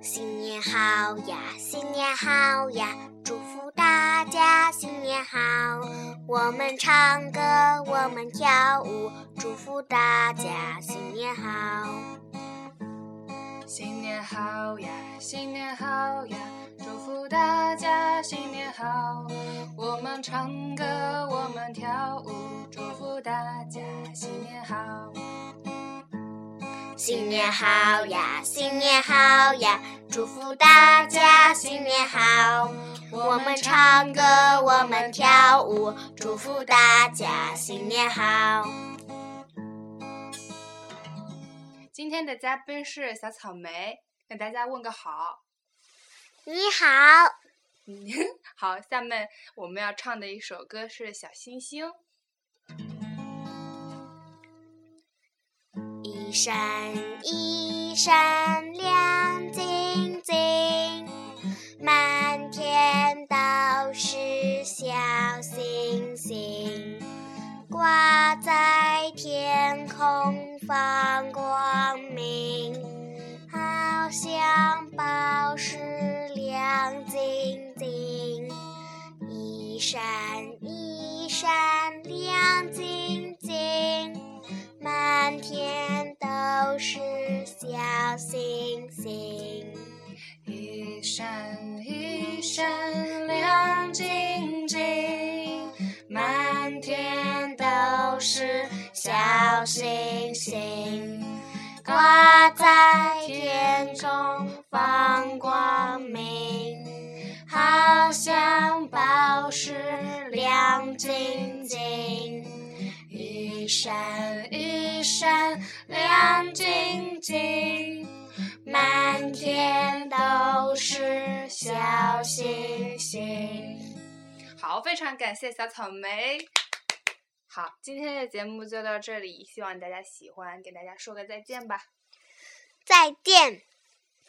新年好呀，新年好呀，祝福大家新年好。我们唱歌，我们跳舞，祝福大家新年好。 新年好呀，新年好呀，祝福大家新年好。我们唱歌，我们跳舞，祝福大家新年好。 新年好呀，新年好呀，祝福大家新年好。我们唱歌，我们跳舞，祝福大家新年好。 今天的嘉宾是小草莓，跟大家问个好。 你好。 好，下面我们要唱的一首歌是《小星星》。 一闪一闪亮晶晶，满天都是小星星，挂在天空放光明，好像宝石亮晶晶。一闪一闪亮晶晶，满天都是小星星。 一闪一闪亮晶晶，满天都是小星星，挂在天空放光明，好像宝石亮晶晶。一闪一闪亮晶晶，满天都是小星星。好，非常感谢小草莓。好，今天的节目就到这里，希望大家喜欢，跟大家说个再见吧。 再见。